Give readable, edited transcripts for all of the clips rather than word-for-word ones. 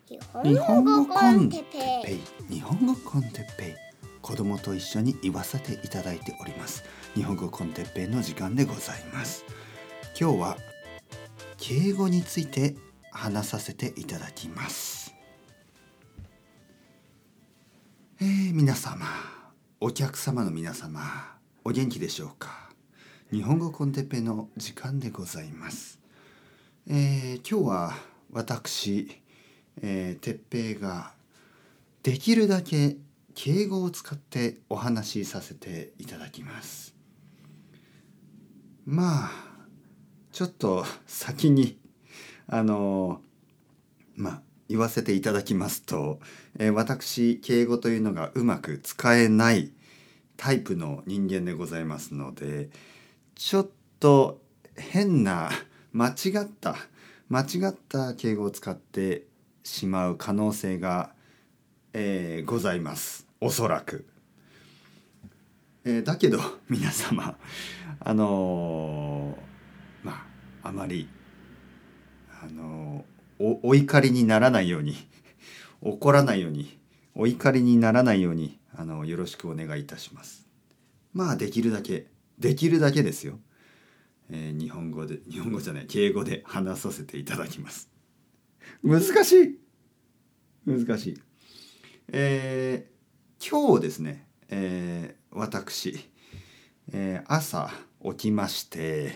日本語コンテッペイ、日本語コンテッペイ、子供と一緒に言わせていただいております。日本語コンテッペイの時間でございます。今日は敬語について話させていただきます。皆様、お客様の皆様、お元気でしょうか。日本語コンテッペイの時間でございます。今日は私てっぺいができるだけ敬語を使ってお話しさせていただきます。ちょっと先に言わせていただきますと、私敬語というのがうまく使えないタイプの人間でございますので、ちょっと変な間違った敬語を使ってしまう可能性が、ございます。おそらく。だけど皆様あまりお怒りにならないように怒らないようにお怒りにならないようによろしくお願いいたします。できるだけですよ。敬語で話させていただきます。難しい。今日ですね、私、朝起きまして、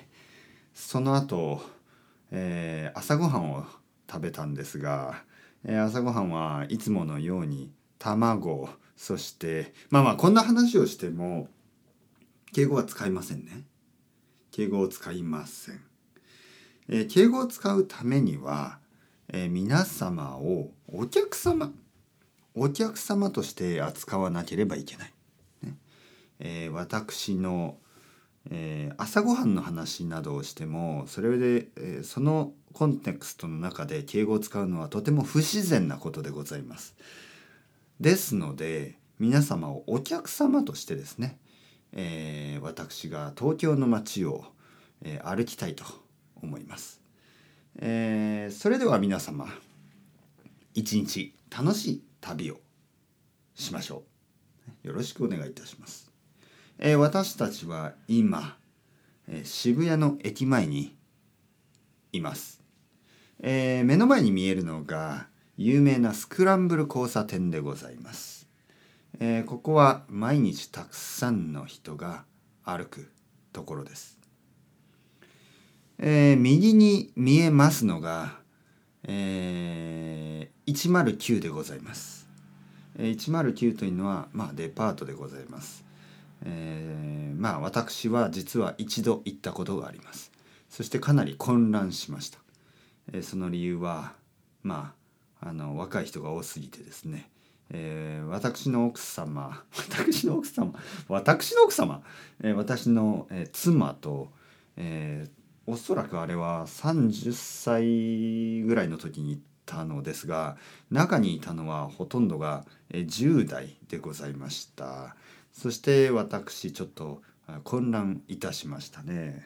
その後、朝ごはんを食べたんですが、朝ごはんはいつものように卵、そしてこんな話をしても敬語は使いませんね。敬語を使いません。敬語を使うためには、皆様をお客様として扱わなければいけない、ね。私の、朝ごはんの話などをしてもそれで、そのコンテクストの中で敬語を使うのはとても不自然なことでございます。ですので皆様をお客様としてですね、私が東京の街を、歩きたいと思います。それでは皆様一日楽しい旅をしましょう。よろしくお願いいたします。私たちは今、渋谷の駅前にいます。目の前に見えるのが有名なスクランブル交差点でございます。ここは毎日たくさんの人が歩くところです。右に見えますのが、109でございます。109というのは、デパートでございます。私は実は一度行ったことがあります。そしてかなり混乱しました。その理由は若い人が多すぎてですね、私の妻と、おそらくあれは30歳ぐらいの時に行ったのですが、中にいたのはほとんどが10代でございました。そして私ちょっと混乱いたしましたね。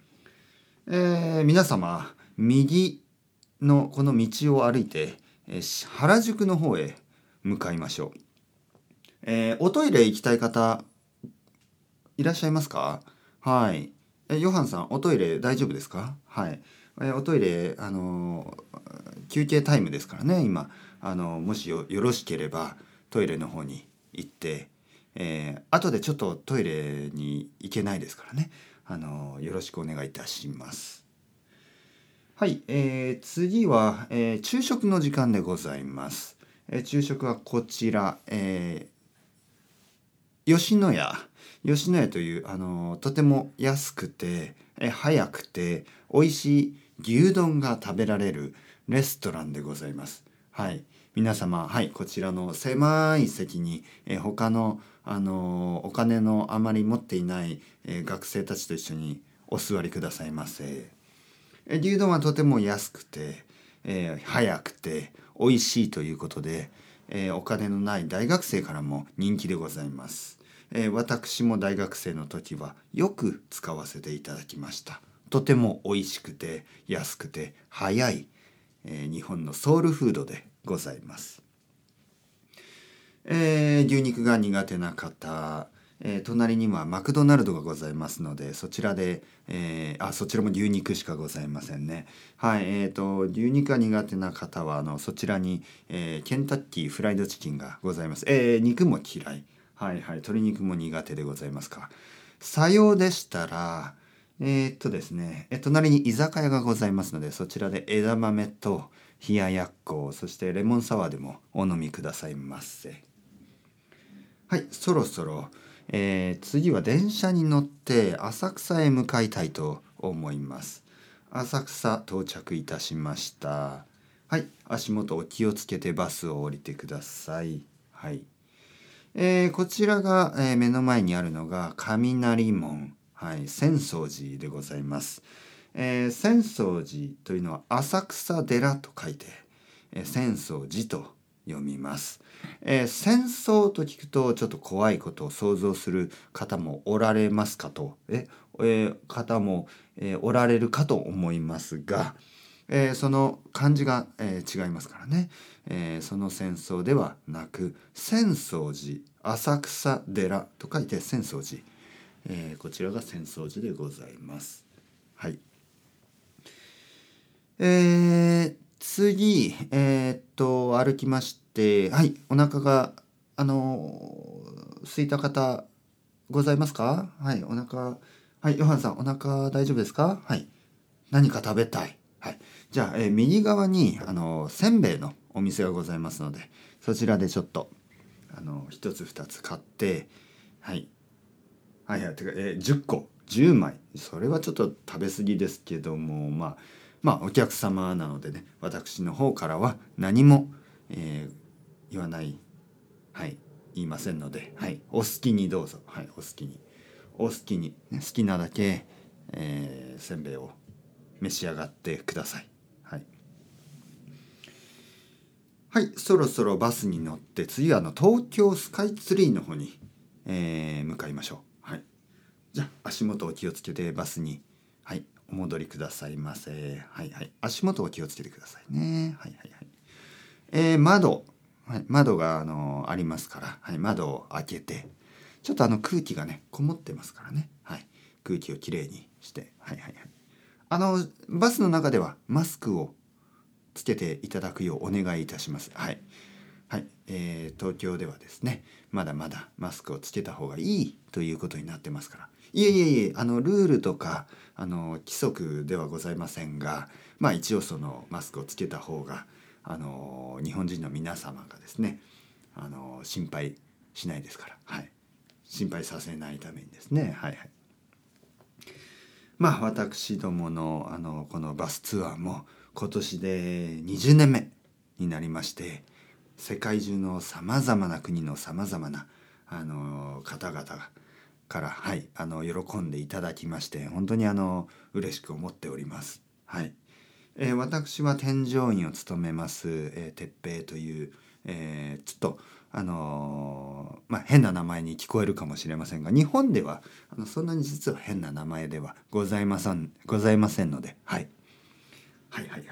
皆様右のこの道を歩いて原宿の方へ向かいましょう。おトイレ行きたい方いらっしゃいますか？はい。ヨハンさん、おトイレ大丈夫ですか？はい。おトイレ休憩タイムですからね今。もしよろしければトイレの方に行って、後でちょっとトイレに行けないですからね、よろしくお願いいたします。はい、次は、昼食の時間でございます。昼食はこちら、吉野家というとても安くて早くて美味しい牛丼が食べられるレストランでございます。はい、皆様、こちらの狭い席に、他の、お金のあまり持っていない、学生たちと一緒にお座りくださいませ。牛丼はとても安くて、早くて美味しいということで、お金のない大学生からも人気でございます。私も大学生の時はよく使わせていただきました。とても美味しくて安くて早い、日本のソウルフードでございます。牛肉が苦手な方、隣にはマクドナルドがございますので、そちらで、そちらも牛肉しかございませんね。はい、牛肉が苦手な方はそちらに、ケンタッキーフライドチキンがございます。肉も嫌い。はいはい、鶏肉も苦手でございますか。さようでしたら、ですね、隣に居酒屋がございますので、そちらで枝豆と冷ややっこ、そしてレモンサワーでもお飲みくださいませ。はい、そろそろ、次は電車に乗って浅草へ向かいたいと思います。浅草到着いたしました。はい、足元お気をつけてバスを降りてください。はい。こちらが、目の前にあるのが雷門、はい、浅草寺でございます。浅草寺というのは浅草寺と書いて、浅草寺と読みます。戦争と聞くとちょっと怖いことを想像する方もおられますかと、方も、おられるかと思いますが、その漢字が、違いますからね、その戦争ではなく浅草寺、浅草寺と書いて浅草寺、こちらが浅草寺でございます。はい。次、歩きまして、はい、お腹が、空いた方、ございますか？はい、お腹、はい、ヨハンさん、お腹大丈夫ですか？はい。何か食べたい。はい。じゃあ、右側に、せんべいのお店がございますので、そちらでちょっと、一つ二つ買って、はい。はいはい。てか、10個、10枚。それはちょっと食べ過ぎですけども、まあ、お客様なのでね、私の方からは何も、言わない、はい、言いませんので、はい、お好きにどうぞ。はい、お好きに。お好きに、ね、好きなだけ、せんべいを召し上がってください。はい。はい、そろそろバスに乗って、次は東京スカイツリーの方に、向かいましょう。はい。じゃあ、足元お気をつけてバスに、はい、お戻りくださいませ。はいはい。足元お気をつけてくださいね。はいはいはい。窓、はい、窓がありますから、はい、窓を開けて、ちょっと空気がね、こもってますからね。はい。空気をきれいにして、はいはいはい。バスの中ではマスクをつけていただくようお願いいたします。はい。はい。東京ではですね、まだまだマスクをつけた方がいいということになってますから。いえいえいえ、ルールとか、規則ではございませんが、まあ一応そのマスクをつけた方が、日本人の皆様がですね、心配しないですから、はい。心配させないためにですね、はいはい。まあ私どものこのバスツアーも今年で20年目になりまして、世界中のさまざまな国のさまざまな方々から、はい、喜んでいただきまして、本当に嬉しく思っております。はい。私は添乗員を務めます、鉄平という、ちょっと変な名前に聞こえるかもしれませんが、日本ではそんなに実は変な名前ではございませんので、はい、はいはいはい。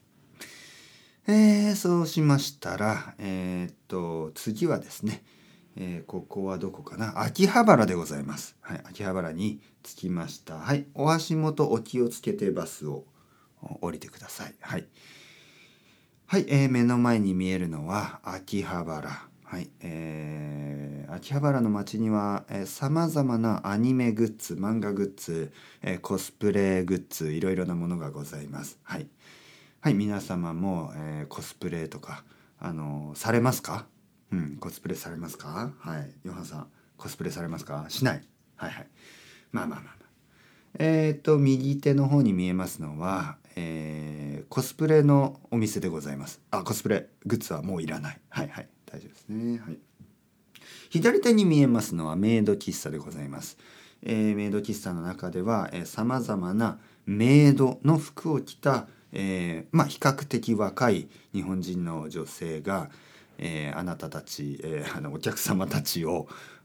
そうしましたら、次はですね、ここはどこかな、秋葉原でございます。はい、秋葉原に着きました。はい、お足元お気をつけてバスを降りてください。はい。はい、目の前に見えるのは秋葉原。はい、秋葉原の街にはさまざまなアニメグッズ、漫画グッズ、コスプレグッズ、いろいろなものがございます。はい。はい、皆様も、コスプレとか、されますか？うん、コスプレされますか？はい。ヨハンさん、コスプレされますか？しない。はいはい。まあまあまあまあ。右手の方に見えますのは、コスプレのお店でございます。あ、コスプレグッズはもういらない。はいはい。大丈夫ですね。はい。左手に見えますのはメイド喫茶でございます。メイド喫茶の中では、さまざまなメイドの服を着た、比較的若い日本人の女性が、あなたたち、お客様たちを、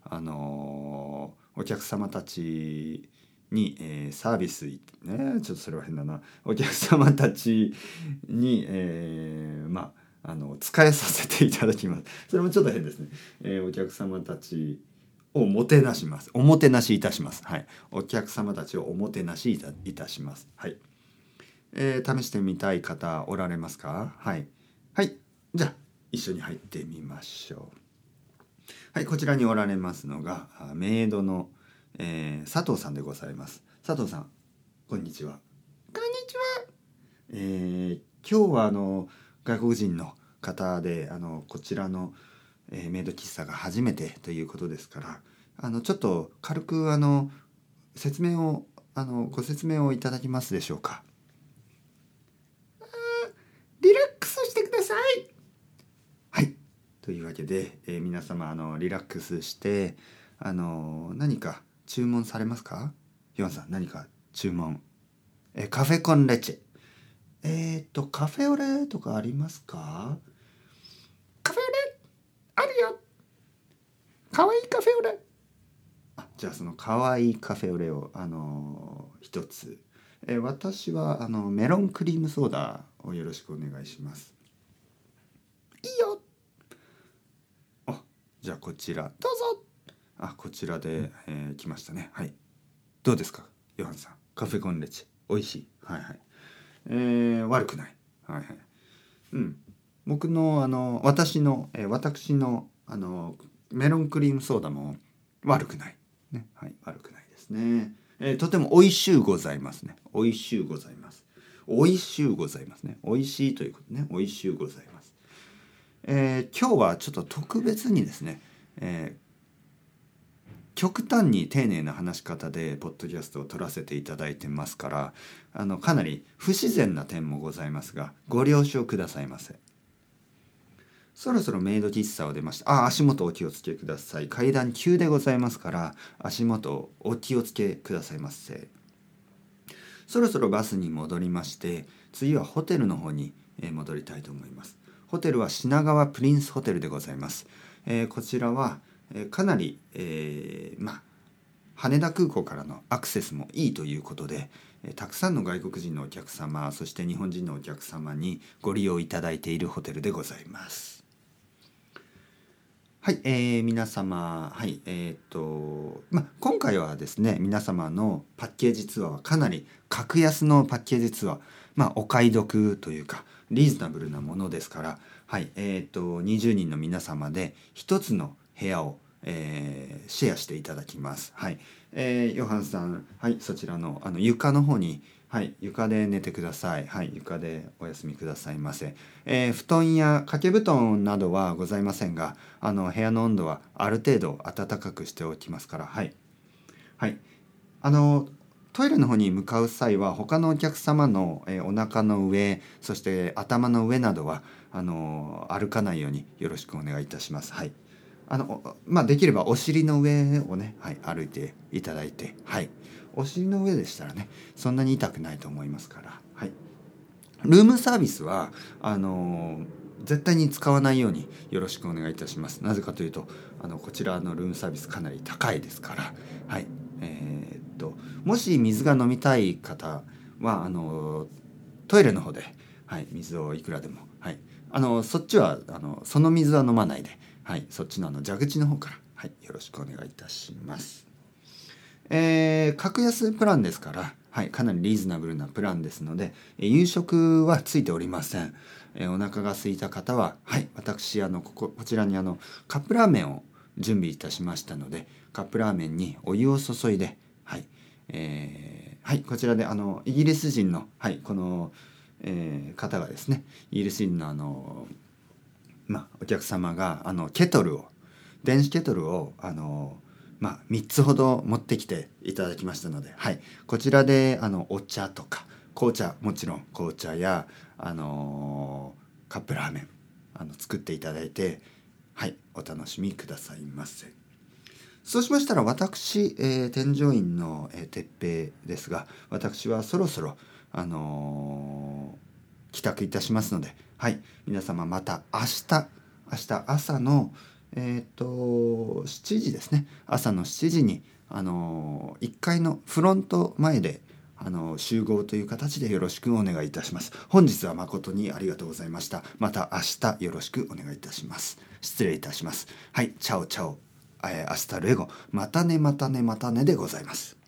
お客様たちに、サービス、ね、ちょっとそれは変だな。お客様たちに、 使えさせていただきます。それもちょっと変ですね。お客様たちをもてなします。おもてなしいたします。はい。お客様たちをおもてなしいたします。はい。試してみたい方おられますか？はい。はい。じゃあ一緒に入ってみましょう。はい。こちらにおられますのがメイドの、佐藤さんでございます。佐藤さん、こんにちは。こんにちは。今日は外国人の方でこちらの、メイド喫茶が初めてということですから、ちょっと軽く説明をご説明をいただきますでしょうか。リラックスしてください。はい。というわけで、皆様リラックスして何か注文されますか？ヨンさん、何か注文。カフェコンレチェ。カフェオレとかありますか？カフェオレあるよ。かわいいカフェオレ。じゃあそのかわいいカフェオレを一つ。私はメロンクリームソーダをよろしくお願いします。いいよ。じゃあこちらどうぞ。こちらで、来ましたね。はい。どうですか、ヨハンさん。カフェコンレチェ美味しい。はいはい。悪くない。はいはい。うん。僕の私のメロンクリームソーダも悪くないね。はい、悪くないですね。とても美味しゅうございますね。美味しゅうございます。美味しゅうございますね。美味しいということね。美味しゅうございます。今日はちょっと特別にですね、極端に丁寧な話し方でポッドキャストを撮らせていただいてますからかなり不自然な点もございますがご了承くださいませ。そろそろメイド喫茶を出ました。足元お気をつけください。階段急でございますから足元お気をつけくださいませ。そろそろバスに戻りまして次はホテルの方に戻りたいと思います。ホテルは品川プリンスホテルでございます。こちらはかなり、羽田空港からのアクセスもいいということでたくさんの外国人のお客様そして日本人のお客様にご利用いただいているホテルでございます。はい、皆様、はい、今回はですね皆様のパッケージツアーはかなり格安のパッケージツアー、お買い得というかリーズナブルなものですから、はい、20人の皆様で一つの部屋をシェアしていただきます。はい、ヨハンさん、はい、そちらの床の方に、はい、床で寝てください。はい、床でお休みくださいませ。布団や掛け布団などはございませんが、部屋の温度はある程度暖かくしておきますから、はい、はい、トイレの方に向かう際は他のお客様の、お腹の上そして頭の上などは歩かないようによろしくお願いいたします。はい。できればお尻の上をね、はい、歩いていただいて、はい、お尻の上でしたらねそんなに痛くないと思いますから、はい、ルームサービスは絶対に使わないようによろしくお願いいたします。なぜかというとこちらのルームサービスかなり高いですから、はい、もし水が飲みたい方はトイレの方で、はい、水をいくらでも、はい、そっちはその水は飲まないで、はい、そっちの蛇口の方から、はい、よろしくお願いいたします。格安プランですから、はい、かなりリーズナブルなプランですので、夕食はついておりません。お腹が空いた方は、はい、私こちらにカップラーメンを準備いたしましたのでカップラーメンにお湯を注いで、はい、はい、こちらでイギリス人の、はい、この、方がですねイギリス人のお客様が電子ケトルを3つほど持ってきていただきましたので、はい、こちらでお茶とか紅茶、もちろん紅茶や、カップラーメン作っていただいて、はい、お楽しみくださいませ。そうしましたら私、添乗員の、鉄平ですが私はそろそろ、帰宅いたしますので、はい、皆様また明日朝の7時ですね。朝の7時に1階のフロント前で集合という形でよろしくお願いいたします。本日は誠にありがとうございました。また明日よろしくお願いいたします。失礼いたします。はい、チャオチャオ。アスタルエゴ。またねまたねまたねでございます。